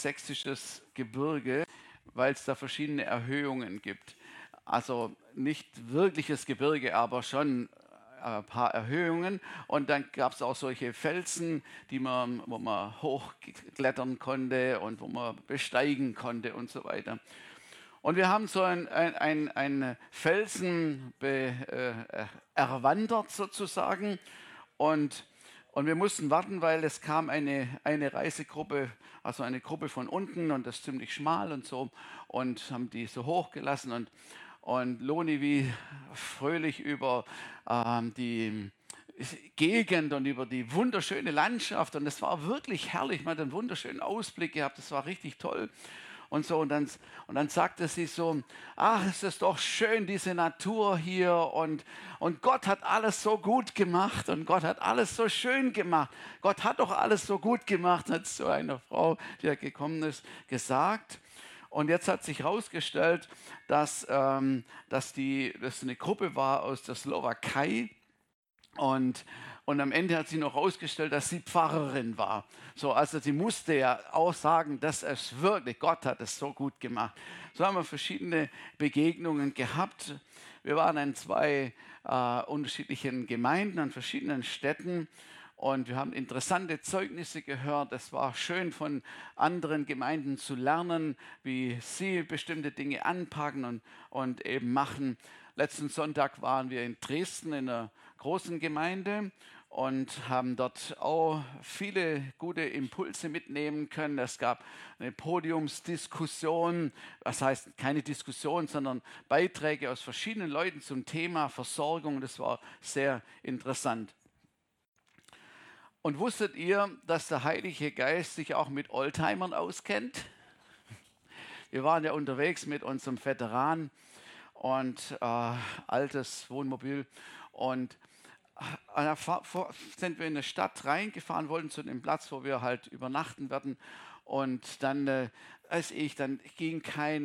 sächsisches Gebirge, weil es da verschiedene Erhöhungen gibt. Also nicht wirkliches Gebirge, aber schon ein paar Erhöhungen. Und dann gab es auch solche Felsen, wo man hochklettern konnte und wo man besteigen konnte und so weiter. Und wir haben so ein Felsen erwandert sozusagen und wir mussten warten, weil es kam eine Reisegruppe, also eine Gruppe von unten und das ist ziemlich schmal und so und haben die so hochgelassen und Loni wie fröhlich über die Gegend und über die wunderschöne Landschaft und es war wirklich herrlich, man hat einen wunderschönen Ausblick gehabt, das war richtig toll. Und so, und dann sagte sie so, ach, es ist doch schön, diese Natur hier und Gott hat alles so gut gemacht und Gott hat alles so schön gemacht. Gott hat doch alles so gut gemacht, hat so eine Frau, die ja gekommen ist, gesagt. Und jetzt hat sich herausgestellt, dass das eine Gruppe war aus der Slowakei. Und am Ende hat sie noch herausgestellt, dass sie Pfarrerin war. So, also sie musste ja auch sagen, dass es wirklich, Gott hat es so gut gemacht. So haben wir verschiedene Begegnungen gehabt. Wir waren in 2 unterschiedlichen Gemeinden, an verschiedenen Städten. Und wir haben interessante Zeugnisse gehört. Es war schön von anderen Gemeinden zu lernen, wie sie bestimmte Dinge anpacken und eben machen. Letzten Sonntag waren wir in Dresden in einer großen Gemeinde und haben dort auch viele gute Impulse mitnehmen können. Es gab eine Podiumsdiskussion, das heißt keine Diskussion, sondern Beiträge aus verschiedenen Leuten zum Thema Versorgung. Das war sehr interessant. Und wusstet ihr, dass der Heilige Geist sich auch mit Oldtimern auskennt? Wir waren ja unterwegs mit unserem Veteran und altes Wohnmobil und da sind wir in eine Stadt reingefahren, wollten zu dem Platz, wo wir halt übernachten werden und dann ging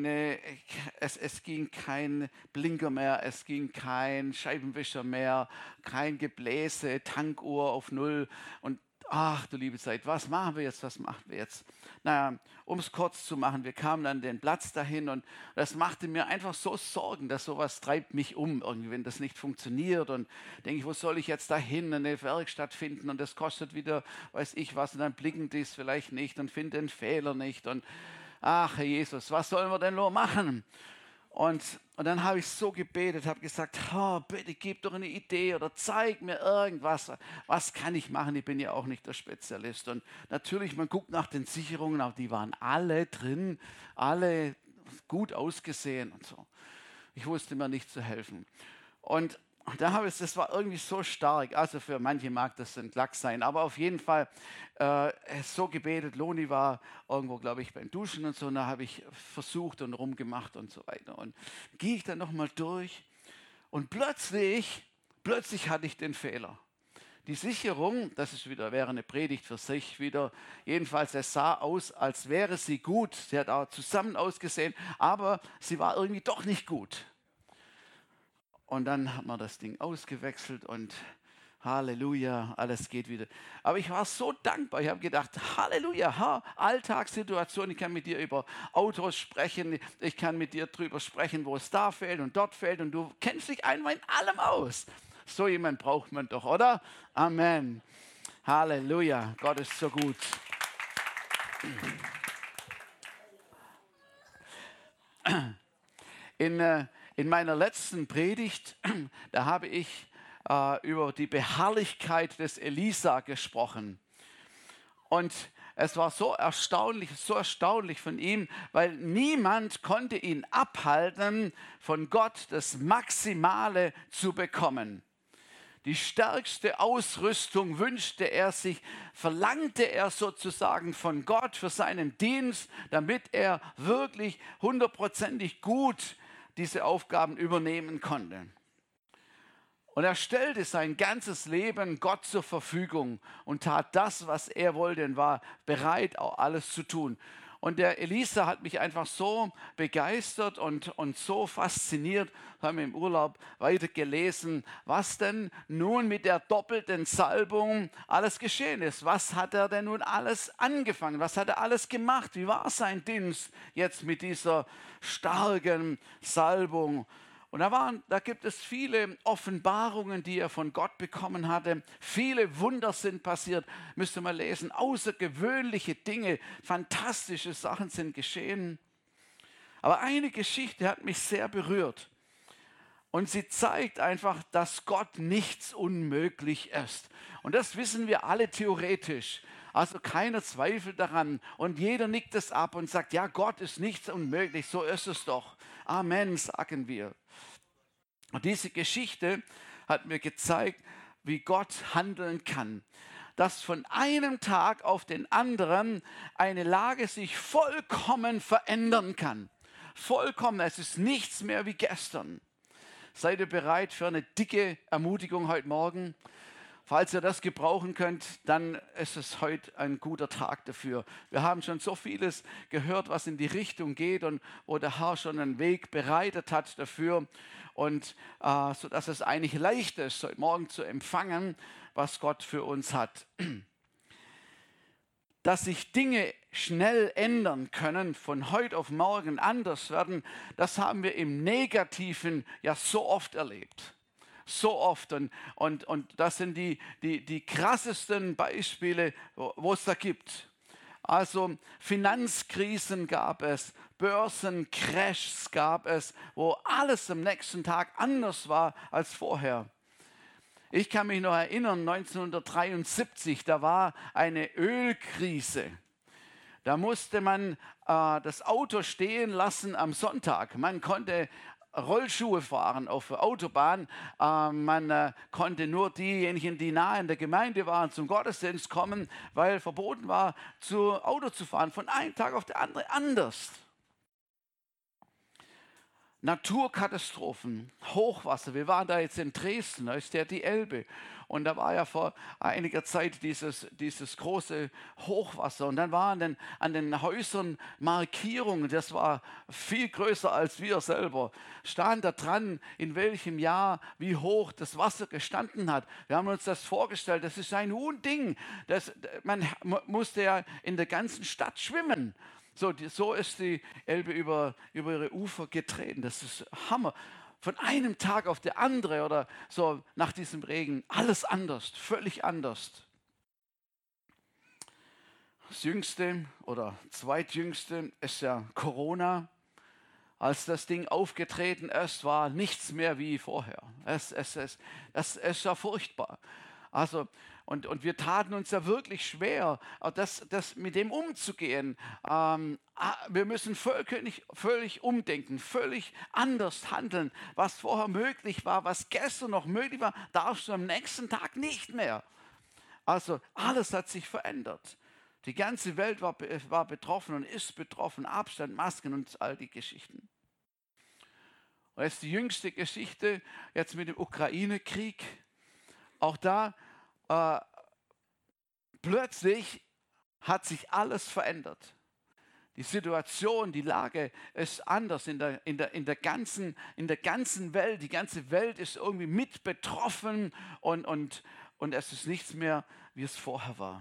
es ging kein Blinker mehr, es ging kein Scheibenwischer mehr, kein Gebläse, Tankuhr auf Null und ach du liebe Zeit, was machen wir jetzt? Naja, um es kurz zu machen, wir kamen an den Platz dahin und das machte mir einfach so Sorgen, dass sowas treibt mich um, irgendwie, wenn das nicht funktioniert und denke ich, wo soll ich jetzt dahin, eine Werkstatt finden und das kostet wieder, weiß ich was, und dann blicken die es vielleicht nicht und finden den Fehler nicht und ach Herr Jesus, was sollen wir denn nur machen? Und dann habe ich so gebetet, habe gesagt, oh, bitte gib doch eine Idee oder zeig mir irgendwas. Was kann ich machen? Ich bin ja auch nicht der Spezialist. Und natürlich, man guckt nach den Sicherungen, aber die waren alle drin, alle gut ausgesehen und so. Ich wusste mir nicht zu helfen. Und das war irgendwie so stark. Also für manche mag das ein Klack sein, aber auf jeden Fall so gebetet. Loni war irgendwo, glaube ich, beim Duschen und so. Und da habe ich versucht und rumgemacht und so weiter. Und gehe ich dann nochmal durch und plötzlich hatte ich den Fehler. Die Sicherung, wäre eine Predigt für sich wieder. Jedenfalls, es sah aus, als wäre sie gut. Sie hat auch zusammen ausgesehen, aber sie war irgendwie doch nicht gut. Und dann hat man das Ding ausgewechselt und Halleluja, alles geht wieder. Aber ich war so dankbar. Ich habe gedacht, Halleluja, Alltagssituation. Ich kann mit dir über Autos sprechen. Ich kann mit dir drüber sprechen, wo es da fehlt und dort fehlt. Und du kennst dich einfach in allem aus. So jemand braucht man doch, oder? Amen. Halleluja, Gott ist so gut. In meiner letzten Predigt, da habe ich über die Beharrlichkeit des Elisa gesprochen. Und es war so erstaunlich von ihm, weil niemand konnte ihn abhalten, von Gott das Maximale zu bekommen. Die stärkste Ausrüstung wünschte er sich, verlangte er sozusagen von Gott für seinen Dienst, damit er wirklich 100%ig gut diese Aufgaben übernehmen konnte. Und er stellte sein ganzes Leben Gott zur Verfügung und tat das, was er wollte und war bereit, auch alles zu tun. Und der Elisa hat mich einfach so begeistert und so fasziniert, haben wir im Urlaub weiter gelesen, was denn nun mit der doppelten Salbung alles geschehen ist. Was hat er denn nun alles angefangen? Was hat er alles gemacht? Wie war sein Dienst jetzt mit dieser starken Salbung? Und da gibt es viele Offenbarungen, die er von Gott bekommen hatte. Viele Wunder sind passiert, müsst ihr mal lesen. Außergewöhnliche Dinge, fantastische Sachen sind geschehen. Aber eine Geschichte hat mich sehr berührt. Und sie zeigt einfach, dass Gott nichts unmöglich ist. Und das wissen wir alle theoretisch. Also keiner zweifelt daran. Und jeder nickt es ab und sagt, ja, Gott ist nichts unmöglich, so ist es doch. Amen, sagen wir. Und diese Geschichte hat mir gezeigt, wie Gott handeln kann. Dass von einem Tag auf den anderen eine Lage sich vollkommen verändern kann. Vollkommen, es ist nichts mehr wie gestern. Seid ihr bereit für eine dicke Ermutigung heute Morgen? Falls ihr das gebrauchen könnt, dann ist es heute ein guter Tag dafür. Wir haben schon so vieles gehört, was in die Richtung geht und wo der Herr schon einen Weg bereitet hat dafür. Und sodass es eigentlich leicht ist, heute Morgen zu empfangen, was Gott für uns hat. Dass sich Dinge schnell ändern können, von heute auf morgen anders werden, das haben wir im Negativen ja so oft erlebt. So oft. Und das sind die krassesten Beispiele, wo es da gibt. Also Finanzkrisen gab es, Börsencrashs gab es, wo alles am nächsten Tag anders war als vorher. Ich kann mich noch erinnern, 1973, da war eine Ölkrise. Da musste man das Auto stehen lassen am Sonntag. Man konnte Rollschuhe fahren auf der Autobahn. Man konnte nur diejenigen, die nahe in der Gemeinde waren, zum Gottesdienst kommen, weil verboten war, zu Auto zu fahren. Von einem Tag auf den anderen anders. Naturkatastrophen, Hochwasser. Wir waren da jetzt in Dresden, da ist ja die Elbe. Und da war ja vor einiger Zeit dieses große Hochwasser. Und dann waren an den Häusern Markierungen, das war viel größer als wir selber. Stand da dran, in welchem Jahr, wie hoch das Wasser gestanden hat. Wir haben uns das vorgestellt, das ist ein Unding. Man musste ja in der ganzen Stadt schwimmen. So ist die Elbe über ihre Ufer getreten. Das ist Hammer. Von einem Tag auf den anderen oder so nach diesem Regen, alles anders, völlig anders. Das Jüngste oder Zweitjüngste ist ja Corona. Als das Ding aufgetreten ist, war nichts mehr wie vorher. Das ist ja furchtbar. Also, und wir taten uns ja wirklich schwer, das mit dem umzugehen. Wir müssen völlig umdenken, völlig anders handeln. Was vorher möglich war, was gestern noch möglich war, darfst du am nächsten Tag nicht mehr. Also alles hat sich verändert. Die ganze Welt war betroffen und ist betroffen. Abstand, Masken und all die Geschichten. Und jetzt die jüngste Geschichte, jetzt mit dem Ukraine-Krieg. Auch da plötzlich hat sich alles verändert. Die Situation, die Lage ist anders in der ganzen Welt. Die ganze Welt ist irgendwie mit betroffen und es ist nichts mehr, wie es vorher war.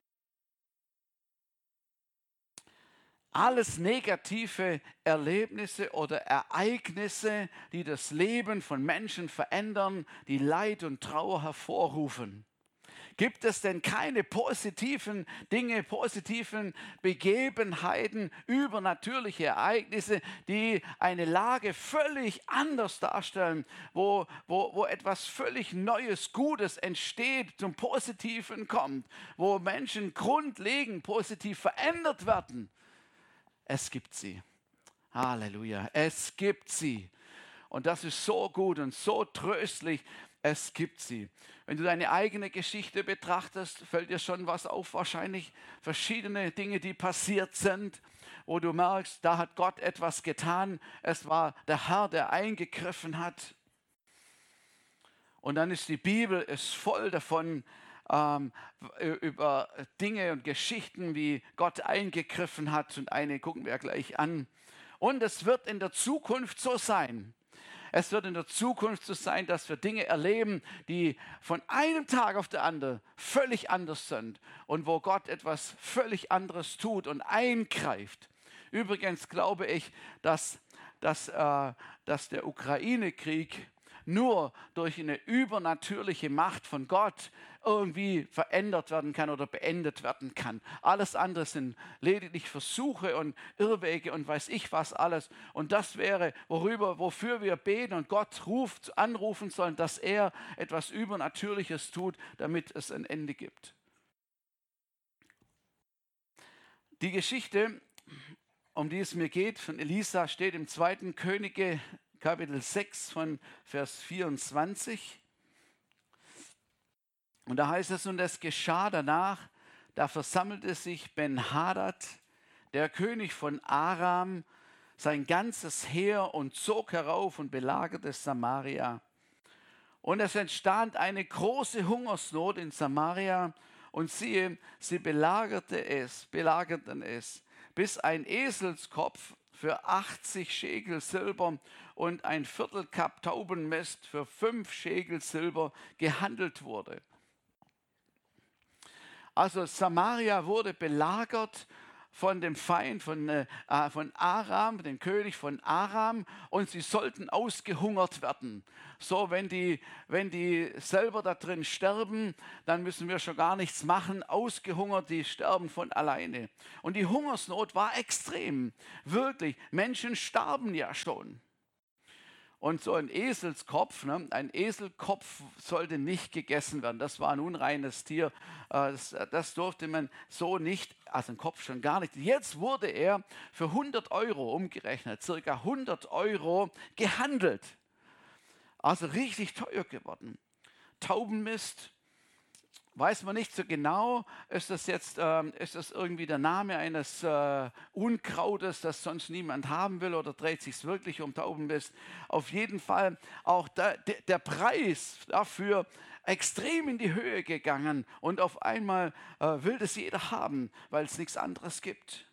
Alles negative Erlebnisse oder Ereignisse, die das Leben von Menschen verändern, die Leid und Trauer hervorrufen. Gibt es denn keine positiven Dinge, positiven Begebenheiten, übernatürliche Ereignisse, die eine Lage völlig anders darstellen, wo etwas völlig Neues, Gutes entsteht, zum Positiven kommt, wo Menschen grundlegend positiv verändert werden? Es gibt sie. Halleluja, es gibt sie. Und das ist so gut und so tröstlich. Es gibt sie. Wenn du deine eigene Geschichte betrachtest, fällt dir schon was auf, wahrscheinlich verschiedene Dinge, die passiert sind, wo du merkst, da hat Gott etwas getan. Es war der Herr, der eingegriffen hat. Und dann ist die Bibel voll davon, ähm, über Dinge und Geschichten, wie Gott eingegriffen hat. Und eine gucken wir gleich an. Und es wird in der Zukunft so sein. Es wird in der Zukunft so sein, dass wir Dinge erleben, die von einem Tag auf den anderen völlig anders sind und wo Gott etwas völlig anderes tut und eingreift. Übrigens glaube ich, dass der Ukraine-Krieg nur durch eine übernatürliche Macht von Gott irgendwie verändert werden kann oder beendet werden kann. Alles andere sind lediglich Versuche und Irrwege und weiß ich was alles. Und das wäre, wofür wir beten und Gott anrufen sollen, dass er etwas Übernatürliches tut, damit es ein Ende gibt. Die Geschichte, um die es mir geht, von Elisa, steht im 2. Könige Kapitel 6 von Vers 24. Und da heißt es, und es geschah danach, da versammelte sich Ben-Hadad, der König von Aram, sein ganzes Heer und zog herauf und belagerte Samaria. Und es entstand eine große Hungersnot in Samaria und siehe, sie belagerten es, bis ein Eselskopf für 80 Schekel Silber und ein Viertelkap Taubenmist für 5 Schekel Silber gehandelt wurde. Also Samaria wurde belagert von dem Feind von Aram, dem König von Aram, und sie sollten ausgehungert werden. So, wenn die selber da drin sterben, dann müssen wir schon gar nichts machen. Ausgehungert, die sterben von alleine. Und die Hungersnot war extrem. Wirklich, Menschen starben ja schon. Und so ein Eselskopf, ein Eselkopf sollte nicht gegessen werden. Das war ein unreines Tier. Das durfte man so nicht, also ein Kopf schon gar nicht. Jetzt wurde er für 100 Euro umgerechnet, circa 100 Euro gehandelt. Also richtig teuer geworden. Taubenmist. Weiß man nicht so genau, ist das irgendwie der Name eines Unkrautes, das sonst niemand haben will, oder dreht sich es wirklich um Taubenmist? Auf jeden Fall auch der Preis dafür extrem in die Höhe gegangen und auf einmal will das jeder haben, weil es nichts anderes gibt.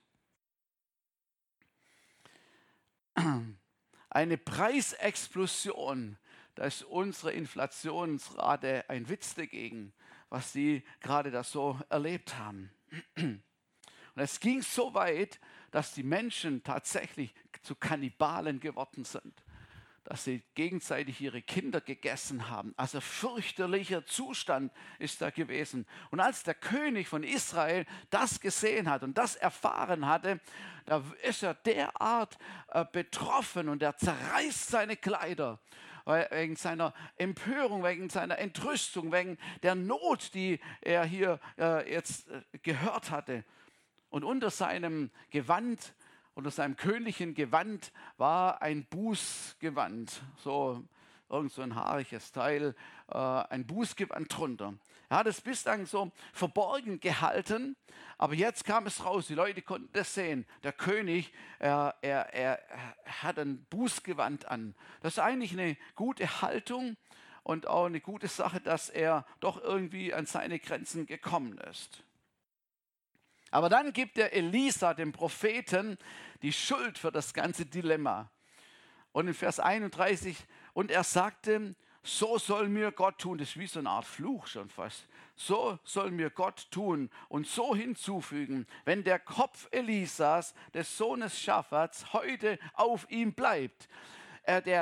Eine Preisexplosion, da ist unsere Inflationsrate ein Witz dagegen, was sie gerade da so erlebt haben. Und es ging so weit, dass die Menschen tatsächlich zu Kannibalen geworden sind, dass sie gegenseitig ihre Kinder gegessen haben. Also fürchterlicher Zustand ist da gewesen. Und als der König von Israel das gesehen hat und das erfahren hatte, da ist er derart betroffen und er zerreißt seine Kleider. Wegen seiner Empörung, wegen seiner Entrüstung, wegen der Not, die er hier jetzt gehört hatte. Und unter seinem Gewand, unter seinem königlichen Gewand war ein Bußgewand, so irgend so ein haariges Teil, ein Bußgewand drunter. Er hat es bislang so verborgen gehalten, aber jetzt kam es raus, die Leute konnten das sehen. Der König, er hat ein Bußgewand an. Das ist eigentlich eine gute Haltung und auch eine gute Sache, dass er doch irgendwie an seine Grenzen gekommen ist. Aber dann gibt der Elisa, dem Propheten, die Schuld für das ganze Dilemma. Und in Vers 31, und er sagte, so soll mir Gott tun, das ist wie so eine Art Fluch schon fast, so soll mir Gott tun und so hinzufügen, wenn der Kopf Elisas, des Sohnes Schaphats, heute auf ihm bleibt. Der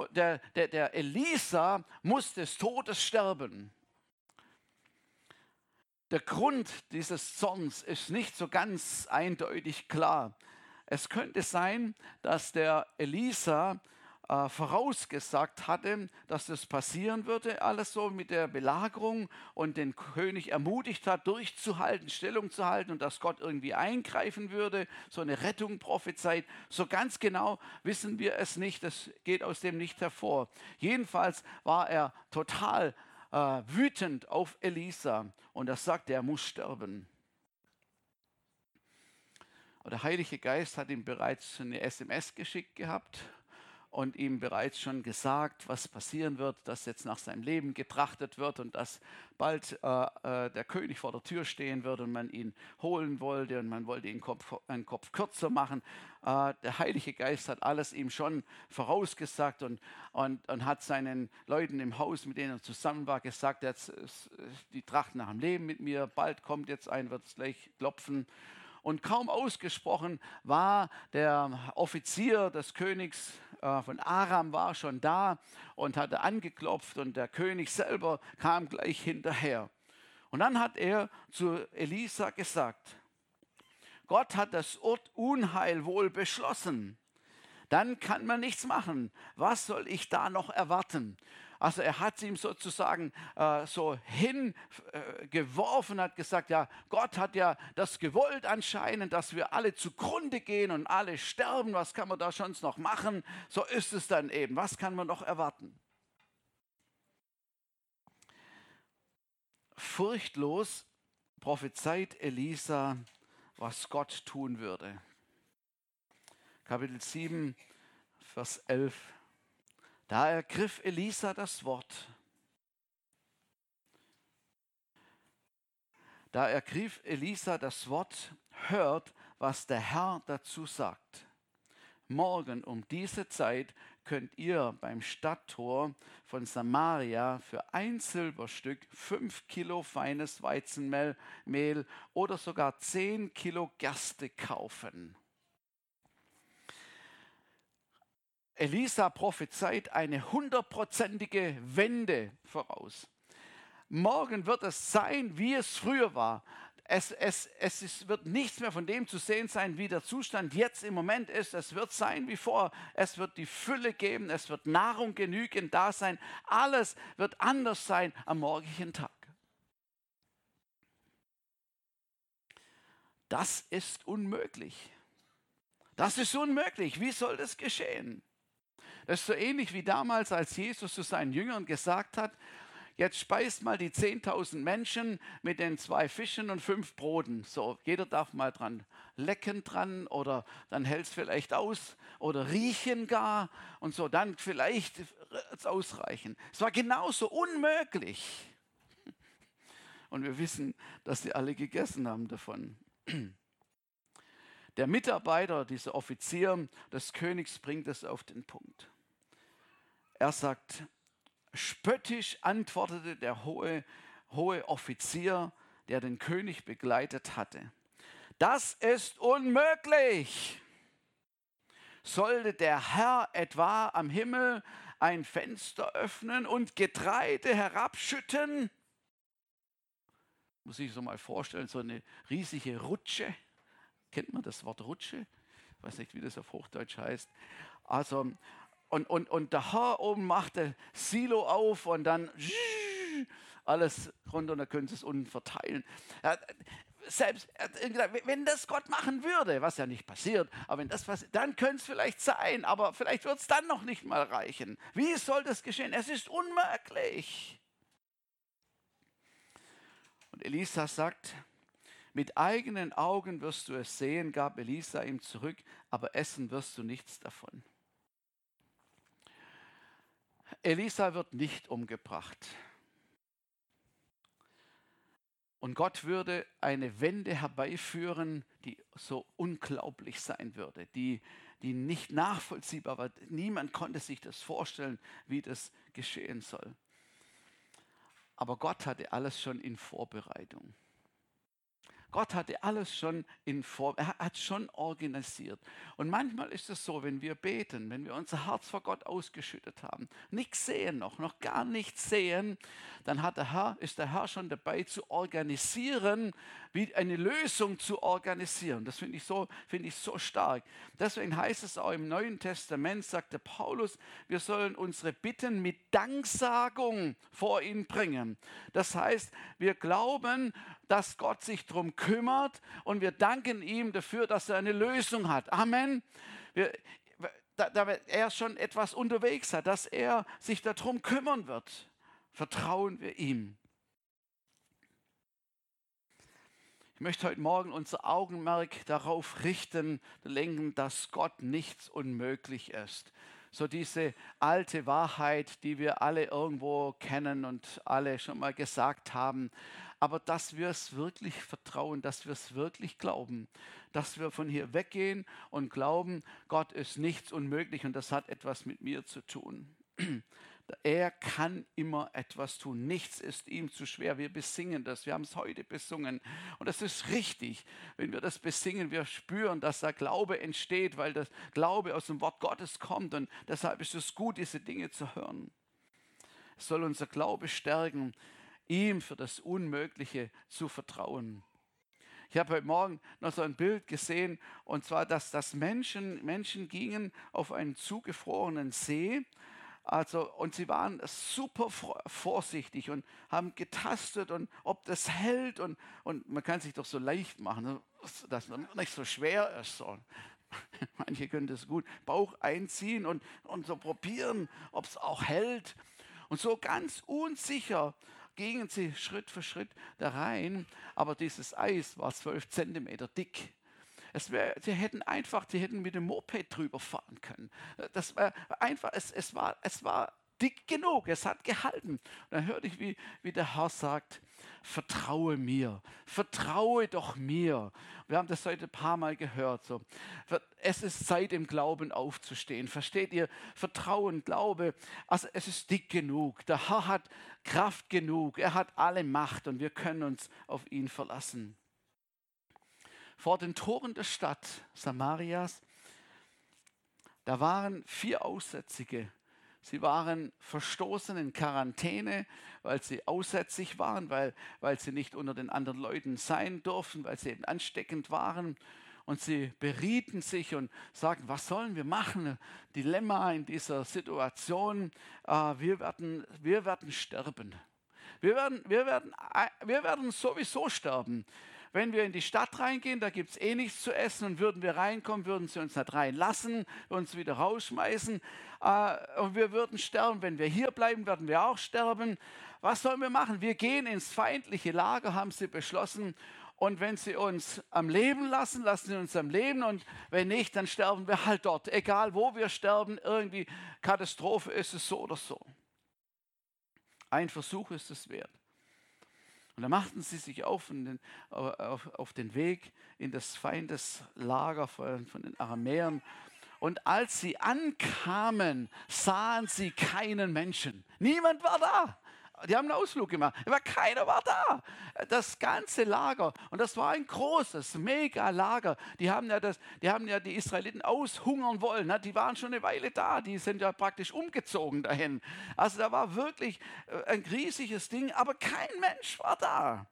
Elisa muss des Todes sterben. Der Grund dieses Zorns ist nicht so ganz eindeutig klar. Es könnte sein, dass der Elisa vorausgesagt hatte, dass das passieren würde, alles so mit der Belagerung, und den König ermutigt hat, durchzuhalten, Stellung zu halten und dass Gott irgendwie eingreifen würde, so eine Rettung prophezeit. So ganz genau wissen wir es nicht, das geht aus dem nicht hervor. Jedenfalls war er total wütend auf Elisa und er sagte, er muss sterben. Und der Heilige Geist hat ihm bereits eine SMS geschickt gehabt und ihm bereits schon gesagt, was passieren wird, dass jetzt nach seinem Leben getrachtet wird und dass bald der König vor der Tür stehen wird und man ihn holen wollte und man wollte ihn einen Kopf kürzer machen. Der Heilige Geist hat alles ihm schon vorausgesagt und hat seinen Leuten im Haus, mit denen er zusammen war, gesagt, jetzt die trachten nach dem Leben mit mir, bald kommt jetzt ein, wird es gleich klopfen. Und kaum ausgesprochen war der Offizier des Königs von Aram war schon da und hatte angeklopft und der König selber kam gleich hinterher. Und dann hat er zu Elisa gesagt, Gott hat das Unheil wohl beschlossen. Dann kann man nichts machen. Was soll ich da noch erwarten? Also er hat ihm sozusagen so hingeworfen, hat gesagt, ja, Gott hat ja das gewollt anscheinend, dass wir alle zugrunde gehen und alle sterben. Was kann man da sonst noch machen? So ist es dann eben. Was kann man noch erwarten? Furchtlos prophezeit Elisa, was Gott tun würde. Kapitel 7, Vers 11. Da ergriff Elisa das Wort. Da ergriff Elisa das Wort, hört, was der Herr dazu sagt. Morgen um diese Zeit könnt ihr beim Stadttor von Samaria für ein Silberstück 5 Kilo feines Weizenmehl oder sogar 10 Kilo Gerste kaufen. Elisa prophezeit eine 100%ige Wende voraus. Morgen wird es sein, wie es früher war. Wird nichts mehr von dem zu sehen sein, wie der Zustand jetzt im Moment ist. Es wird sein wie vor. Es wird die Fülle geben. Es wird Nahrung genügend da sein. Alles wird anders sein am morgigen Tag. Das ist unmöglich. Das ist unmöglich. Wie soll das geschehen? Das ist so ähnlich wie damals, als Jesus zu seinen Jüngern gesagt hat, jetzt speist mal die 10.000 Menschen mit den 2 Fischen und 5 Broten. So, jeder darf mal dran lecken dran oder dann hält es vielleicht aus oder riechen gar und so, dann vielleicht es ausreichen. Es war genauso unmöglich. Und wir wissen, dass sie alle gegessen haben davon. Der Mitarbeiter, dieser Offizier des Königs bringt es auf den Punkt. Er sagt, spöttisch antwortete der hohe Offizier, der den König begleitet hatte. Das ist unmöglich. Sollte der Herr etwa am Himmel ein Fenster öffnen und Getreide herabschütten? Muss ich so mal vorstellen, so eine riesige Rutsche. Kennt man das Wort Rutsche? Ich weiß nicht, wie das auf Hochdeutsch heißt. Also Und der Herr oben machte Silo auf und dann alles runter und dann können sie es unten verteilen. Selbst wenn das Gott machen würde, was ja nicht passiert, aber wenn das passiert, dann könnte es vielleicht sein, aber vielleicht wird es dann noch nicht mal reichen. Wie soll das geschehen? Es ist unmöglich. Und Elisa sagt, mit eigenen Augen wirst du es sehen, gab Elisa ihm zurück, aber essen wirst du nichts davon. Elisa wird nicht umgebracht. Und Gott würde eine Wende herbeiführen, die so unglaublich sein würde, die nicht nachvollziehbar war. Niemand konnte sich das vorstellen, wie das geschehen soll. Aber Gott hatte alles schon in Vorbereitung. Gott hatte alles schon er hat schon organisiert. Und manchmal ist es so, wenn wir beten, wenn wir unser Herz vor Gott ausgeschüttet haben, nichts sehen noch gar nichts sehen, dann ist der Herr schon dabei zu organisieren, wie eine Lösung zu organisieren. Das finde ich so stark. Deswegen heißt es auch im Neuen Testament, sagte Paulus, wir sollen unsere Bitten mit Danksagung vor ihn bringen. Das heißt, wir glauben, dass Gott sich darum kümmert und wir danken ihm dafür, dass er eine Lösung hat. Amen. Da er schon etwas unterwegs hat, dass er sich darum kümmern wird, vertrauen wir ihm. Ich möchte heute Morgen unser Augenmerk darauf lenken, dass Gott nichts unmöglich ist. So diese alte Wahrheit, die wir alle irgendwo kennen und alle schon mal gesagt haben. Aber dass wir es wirklich vertrauen, dass wir es wirklich glauben, dass wir von hier weggehen und glauben, Gott ist nichts unmöglich und das hat etwas mit mir zu tun. Er kann immer etwas tun. Nichts ist ihm zu schwer. Wir besingen das. Wir haben es heute besungen. Und das ist richtig. Wenn wir das besingen, wir spüren, dass da Glaube entsteht, weil das Glaube aus dem Wort Gottes kommt. Und deshalb ist es gut, diese Dinge zu hören. Es soll unser Glaube stärken, ihm für das Unmögliche zu vertrauen. Ich habe heute Morgen noch so ein Bild gesehen, und zwar, dass Menschen gingen auf einen zugefrorenen See. Und sie waren super vorsichtig und haben getastet, und ob das hält. Und man kann sich doch so leicht machen, ne, dass man nicht so schwer ist. So. Manche können das gut. Bauch einziehen und so probieren, ob es auch hält. Und so ganz unsicher gingen sie Schritt für Schritt da rein. Aber dieses Eis war 12 Zentimeter dick. Sie hätten mit dem Moped drüber fahren können. Das war einfach, es war dick genug, es hat gehalten. Und dann hörte ich, wie der Herr sagt, vertraue mir, vertraue doch mir. Wir haben das heute ein paar Mal gehört. So. Es ist Zeit, im Glauben aufzustehen. Versteht ihr? Vertrauen, Glaube, also es ist dick genug. Der Herr hat Kraft genug, er hat alle Macht und wir können uns auf ihn verlassen. Vor den Toren der Stadt Samarias, da waren 4 Aussätzige. Sie waren verstoßen in Quarantäne, weil sie aussätzig waren, weil sie nicht unter den anderen Leuten sein durften, weil sie eben ansteckend waren. Und sie berieten sich und sagten, was sollen wir machen? Dilemma in dieser Situation, wir werden sterben. Wir werden sowieso sterben. Wenn wir in die Stadt reingehen, da gibt es eh nichts zu essen, und würden wir reinkommen, würden sie uns nicht reinlassen, uns wieder rausschmeißen, und wir würden sterben. Wenn wir hier bleiben, werden wir auch sterben. Was sollen wir machen? Wir gehen ins feindliche Lager, haben sie beschlossen, und wenn sie uns am Leben lassen, lassen sie uns am Leben, und wenn nicht, dann sterben wir halt dort. Egal wo wir sterben, irgendwie Katastrophe ist es so oder so. Ein Versuch ist es wert. Und dann machten sie sich auf den Weg in das Feindeslager von den Aramäern. Und als sie ankamen, sahen sie keinen Menschen. Niemand war da. Die haben einen Ausflug gemacht, aber keiner war da. Das ganze Lager, und das war ein großes, mega Lager. Die haben ja die Israeliten aushungern wollen. Die waren schon eine Weile da, die sind ja praktisch umgezogen dahin. Also da war wirklich ein riesiges Ding, aber kein Mensch war da.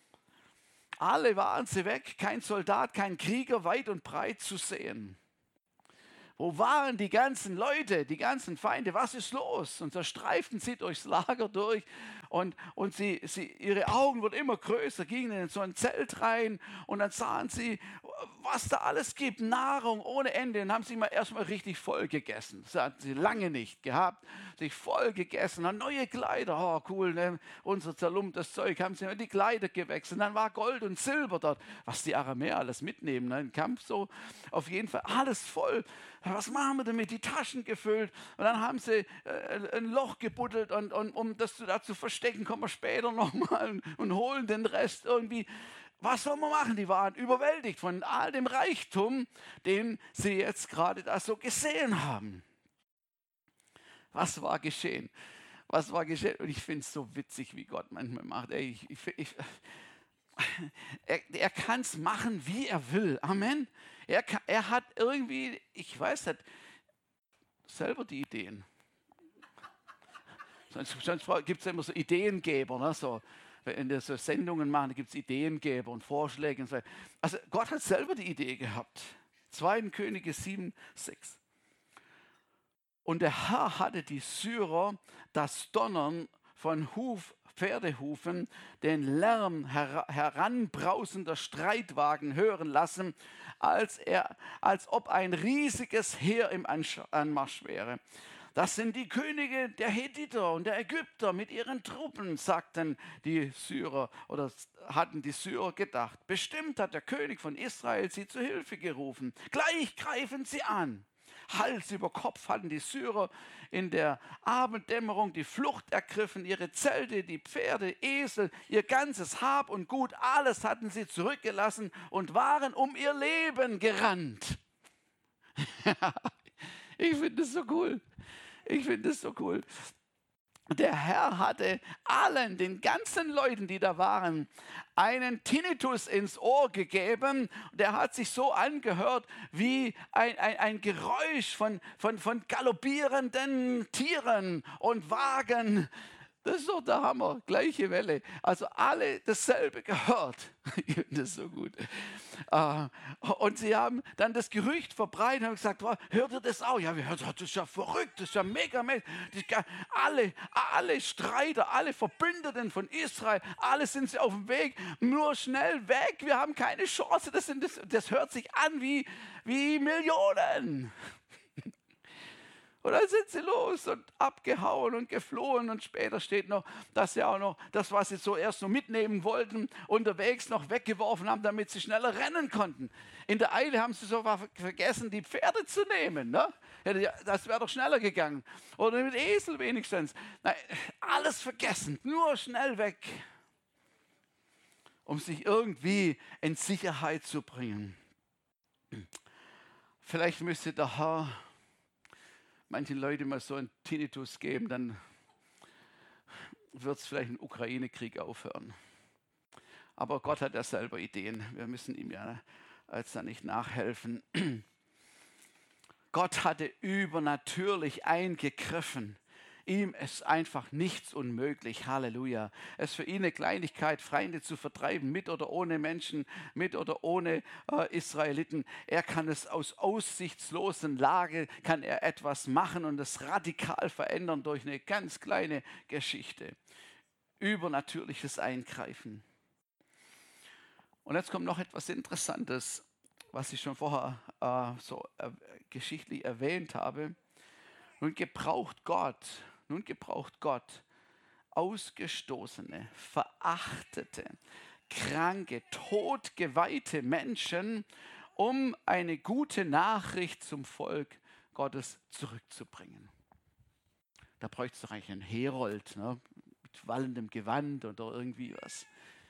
Alle waren sie weg, kein Soldat, kein Krieger weit und breit zu sehen. Wo waren die ganzen Leute, die ganzen Feinde? Was ist los? Und so streiften sie durchs Lager durch, und ihre Augen wurden immer größer, gingen in so ein Zelt rein, und dann sahen sie, was da alles gibt, Nahrung ohne Ende, und haben sich erstmal richtig voll gegessen. Das hatten sie lange nicht gehabt, sich voll gegessen, dann neue Kleider, oh cool, ne? Unser zerlumptes Zeug, haben sie immer die Kleider gewechselt, dann war Gold und Silber dort, was die Aramäer alles mitnehmen, ne? Im Kampf so, auf jeden Fall alles voll. Was machen wir damit? Die Taschen gefüllt, und dann haben sie ein Loch gebuddelt, und um das da zu verstecken, kommen wir später nochmal und holen den Rest irgendwie. Was soll man machen? Die waren überwältigt von all dem Reichtum, den sie jetzt gerade da so gesehen haben. Was war geschehen? Was war geschehen? Und ich finde es so witzig, wie Gott manchmal macht. Er kann es machen, wie er will. Amen. Er hat irgendwie, ich weiß nicht, selber die Ideen. Sonst gibt es immer so Ideengeber, ne? So, wenn wir so Sendungen machen, gibt es Ideengeber und Vorschläge. Und so. Also Gott hat selber die Idee gehabt. 2. Könige 7, 6. Und der Herr hatte die Syrer das Donnern von Pferdehufen, den Lärm heranbrausender Streitwagen hören lassen, als ob ein riesiges Heer im Anmarsch wäre. Das sind die Könige der Hethiter und der Ägypter mit ihren Truppen, sagten die Syrer, oder hatten die Syrer gedacht. Bestimmt hat der König von Israel sie zu Hilfe gerufen. Gleich greifen sie an. Hals über Kopf hatten die Syrer in der Abenddämmerung die Flucht ergriffen, ihre Zelte, die Pferde, Esel, ihr ganzes Hab und Gut, alles hatten sie zurückgelassen und waren um ihr Leben gerannt. Ich finde es so cool. Ich finde es so cool. Der Herr hatte allen, den ganzen Leuten, die da waren, einen Tinnitus ins Ohr gegeben. Der hat sich so angehört wie ein Geräusch von galoppierenden Tieren und Wagen. Das ist doch der Hammer, gleiche Welle. Also alle dasselbe gehört. Ich finde das so gut. Und sie haben dann das Gerücht verbreitet und haben gesagt, hört ihr das auch? Ja, wir hören, das ist ja verrückt, das ist ja mega. Alle Streiter, alle Verbündeten von Israel, alle sind sie auf dem Weg, nur schnell weg, wir haben keine Chance. Das hört sich an wie Millionen. Und dann sind sie los und abgehauen und geflohen. Und später steht noch, dass sie auch noch das, was sie zuerst noch mitnehmen wollten, unterwegs noch weggeworfen haben, damit sie schneller rennen konnten. In der Eile haben sie sogar vergessen, die Pferde zu nehmen. Ne? Das wäre doch schneller gegangen. Oder mit Esel wenigstens. Nein, alles vergessen, nur schnell weg, um sich irgendwie in Sicherheit zu bringen. Vielleicht müsste der Herr manchen Leuten mal so einen Tinnitus geben, dann wird es vielleicht im Ukraine-Krieg aufhören. Aber Gott hat ja selber Ideen. Wir müssen ihm ja jetzt da nicht nachhelfen. Gott hatte übernatürlich eingegriffen. Ihm ist einfach nichts unmöglich. Halleluja. Es ist für ihn eine Kleinigkeit, Feinde zu vertreiben, mit oder ohne Menschen, mit oder ohne Israeliten. Er kann es aus aussichtslosen Lage, kann er etwas machen und es radikal verändern durch eine ganz kleine Geschichte. Übernatürliches Eingreifen. Und jetzt kommt noch etwas Interessantes, was ich schon vorher geschichtlich erwähnt habe. Nun gebraucht Gott ausgestoßene, verachtete, kranke, totgeweihte Menschen, um eine gute Nachricht zum Volk Gottes zurückzubringen. Da bräuchte es doch eigentlich einen Herold, ne, mit wallendem Gewand oder irgendwie was.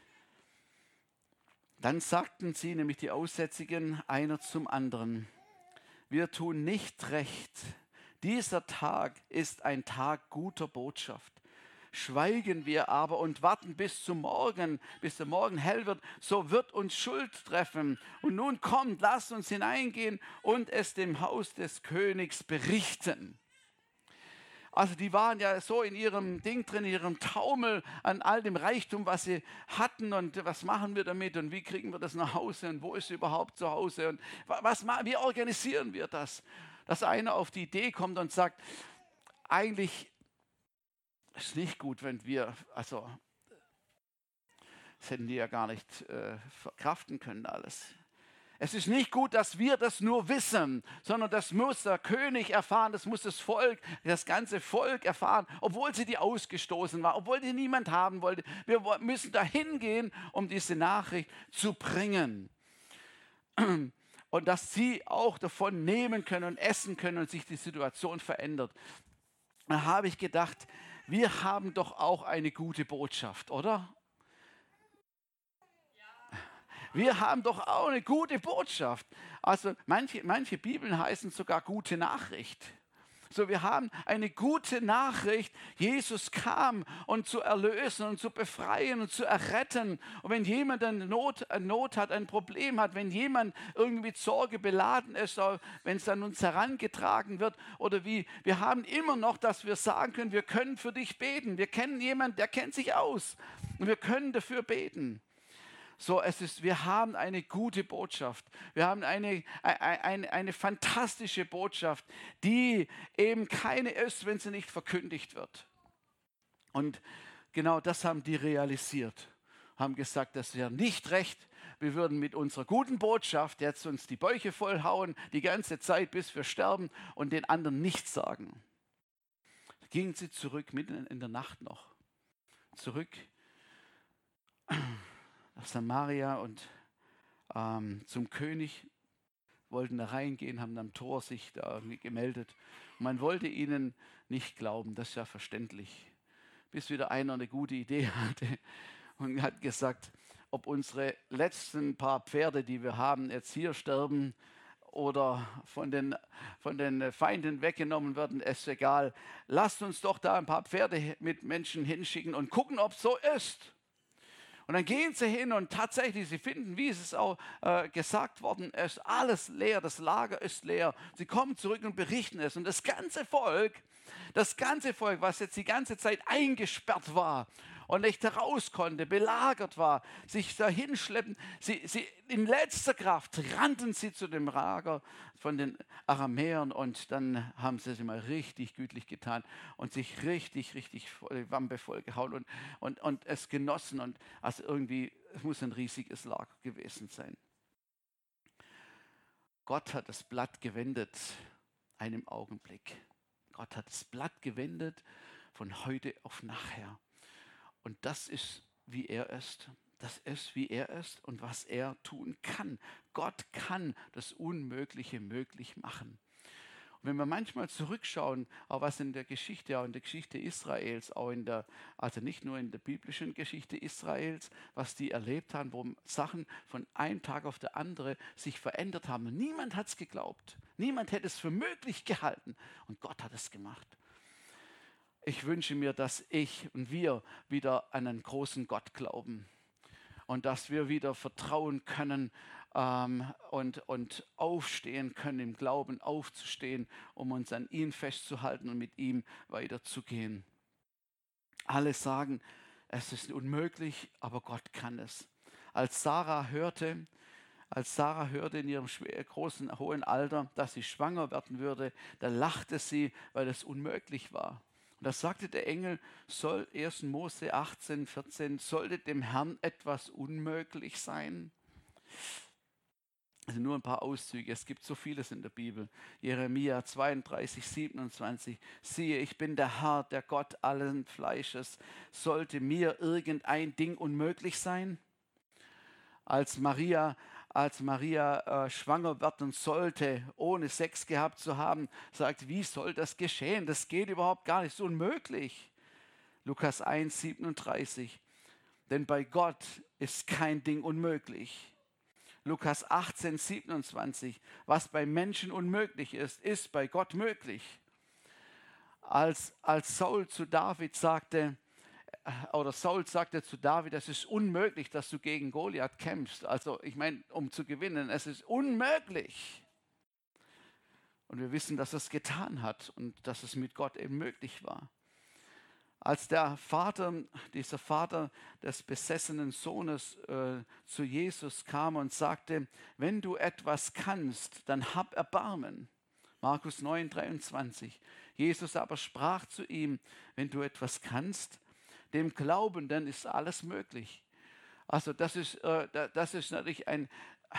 Dann sagten sie, nämlich die Aussätzigen, einer zum anderen: Wir tun nicht recht. Dieser Tag ist ein Tag guter Botschaft. Schweigen wir aber und warten bis der Morgen hell wird, so wird uns Schuld treffen. Und nun kommt, lasst uns hineingehen und es dem Haus des Königs berichten. Also die waren ja so in ihrem Ding drin, in ihrem Taumel an all dem Reichtum, was sie hatten und was machen wir damit und wie kriegen wir das nach Hause und wo ist sie überhaupt zu Hause und wie organisieren wir das? Dass einer auf die Idee kommt und sagt, eigentlich ist es nicht gut, wenn wir, das hätten die ja gar nicht verkraften können alles. Es ist nicht gut, dass wir das nur wissen, sondern das muss der König erfahren, das muss das Volk, das ganze Volk erfahren, obwohl sie die ausgestoßen war, obwohl die niemand haben wollte. Wir müssen dahin gehen, um diese Nachricht zu bringen. Und dass sie auch davon nehmen können und essen können und sich die Situation verändert. Da habe ich gedacht, wir haben doch auch eine gute Botschaft, oder? Wir haben doch auch eine gute Botschaft. Also manche Bibeln heißen sogar gute Nachricht. So, wir haben eine gute Nachricht. Jesus kam, um zu erlösen und zu befreien und zu erretten. Und wenn jemand eine Not hat, ein Problem hat, wenn jemand irgendwie mit Sorge beladen ist, wenn es an uns herangetragen wird oder wie, wir haben immer noch, dass wir sagen können, wir können für dich beten. Wir kennen jemanden, der kennt sich aus und wir können dafür beten. So, wir haben eine gute Botschaft. Wir haben eine fantastische Botschaft, die eben keine ist, wenn sie nicht verkündigt wird. Und genau das haben die realisiert. Haben gesagt, das wäre nicht recht. Wir würden mit unserer guten Botschaft jetzt uns die Bäuche vollhauen, die ganze Zeit, bis wir sterben und den anderen nichts sagen. Da gingen sie zurück, mitten in der Nacht noch. Zurück nach Samaria und zum König. wollten da reingehen, haben am Tor sich da irgendwie gemeldet. Und man wollte ihnen nicht glauben, das ist ja verständlich. Bis wieder einer eine gute Idee hatte und hat gesagt, ob unsere letzten paar Pferde, die wir haben, jetzt hier sterben oder von den Feinden weggenommen werden, ist egal. Lasst uns doch da ein paar Pferde mit Menschen hinschicken und gucken, ob es so ist. Und dann gehen sie hin und tatsächlich, sie finden, wie es auch gesagt worden ist, alles leer, das Lager ist leer. Sie kommen zurück und berichten es. Und das ganze Volk, was jetzt die ganze Zeit eingesperrt war und nicht heraus konnte, belagert war, sich dahin schleppen, sie in letzter Kraft rannten sie zu dem Lager von den Aramäern und dann haben sie es mal richtig gütlich getan und sich richtig voll, Wampe vollgehauen und es genossen und also irgendwie, es muss ein riesiges Lager gewesen sein. Gott hat das Blatt gewendet, einem Augenblick. Gott hat das Blatt gewendet von heute auf nachher. Und das ist, wie er ist. Das ist, wie er ist und was er tun kann. Gott kann das Unmögliche möglich machen. Und wenn wir manchmal zurückschauen, auch was in der Geschichte, auch in der Geschichte Israels, also nicht nur in der biblischen Geschichte Israels, was die erlebt haben, wo Sachen von einem Tag auf den anderen sich verändert haben. Und niemand hat es geglaubt. Niemand hätte es für möglich gehalten. Und Gott hat es gemacht. Ich wünsche mir, dass ich und wir wieder an einen großen Gott glauben und dass wir wieder vertrauen können und aufstehen können, im Glauben aufzustehen, um uns an ihn festzuhalten und mit ihm weiterzugehen. Alle sagen, es ist unmöglich, aber Gott kann es. Als Sarah hörte in ihrem großen, hohen Alter, dass sie schwanger werden würde, da lachte sie, weil es unmöglich war. Und da sagte der Engel, 1. Mose 18, 14, sollte dem Herrn etwas unmöglich sein? Also nur ein paar Auszüge, es gibt so vieles in der Bibel. Jeremia 32, 27, siehe, ich bin der Herr, der Gott allen Fleisches. Sollte mir irgendein Ding unmöglich sein? Als Maria schwanger werden sollte, ohne Sex gehabt zu haben, sagt, wie soll das geschehen? Das geht überhaupt gar nicht, ist unmöglich. Lukas 1, 37. Denn bei Gott ist kein Ding unmöglich. Lukas 18, 27. Was bei Menschen unmöglich ist, ist bei Gott möglich. Als Saul zu David sagte, oder Saul sagte zu David, es ist unmöglich, dass du gegen Goliath kämpfst. Also ich meine, um zu gewinnen, es ist unmöglich. Und wir wissen, dass er es getan hat und dass es mit Gott eben möglich war. Als dieser Vater des besessenen Sohnes zu Jesus kam und sagte, wenn du etwas kannst, dann hab Erbarmen. Markus 9, 23. Jesus aber sprach zu ihm, wenn du etwas kannst, dem Glaubenden ist alles möglich. Also das ist natürlich ein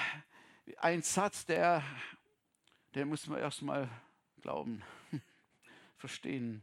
Satz, der muss man erstmal glauben, verstehen.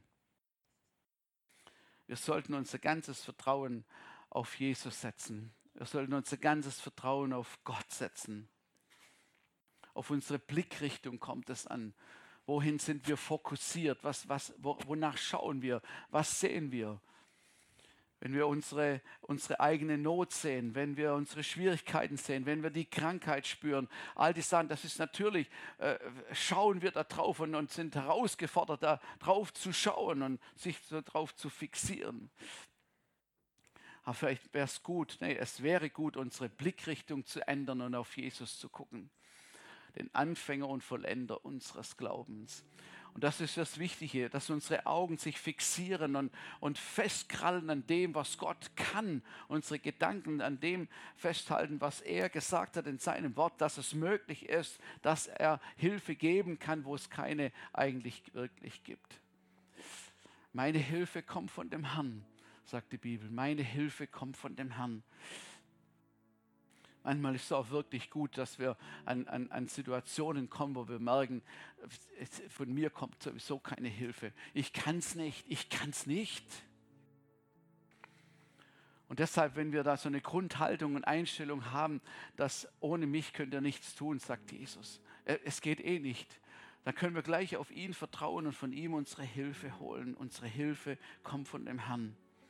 Wir sollten unser ganzes Vertrauen auf Jesus setzen. Wir sollten unser ganzes Vertrauen auf Gott setzen. Auf unsere Blickrichtung kommt es an. Wohin sind wir fokussiert? Wonach schauen wir? Was sehen wir? Wenn wir unsere eigene Not sehen, wenn wir unsere Schwierigkeiten sehen, wenn wir die Krankheit spüren, all die Sachen, das ist natürlich, schauen wir da drauf und sind herausgefordert, da drauf zu schauen und sich so drauf zu fixieren. Aber vielleicht wäre es gut, es wäre gut, unsere Blickrichtung zu ändern und auf Jesus zu gucken, den Anfänger und Vollender unseres Glaubens. Und das ist das Wichtige, dass unsere Augen sich fixieren und festkrallen an dem, was Gott kann. Unsere Gedanken an dem festhalten, was er gesagt hat in seinem Wort, dass es möglich ist, dass er Hilfe geben kann, wo es keine eigentlich wirklich gibt. Meine Hilfe kommt von dem Herrn, sagt die Bibel. Meine Hilfe kommt von dem Herrn. Manchmal ist es auch wirklich gut, dass wir an Situationen kommen, wo wir merken, von mir kommt sowieso keine Hilfe. Ich kann es nicht. Und deshalb, wenn wir da so eine Grundhaltung und Einstellung haben, dass ohne mich könnt ihr nichts tun, sagt Jesus. Es geht eh nicht. Dann können wir gleich auf ihn vertrauen und von ihm unsere Hilfe holen. Unsere Hilfe kommt von dem Herrn.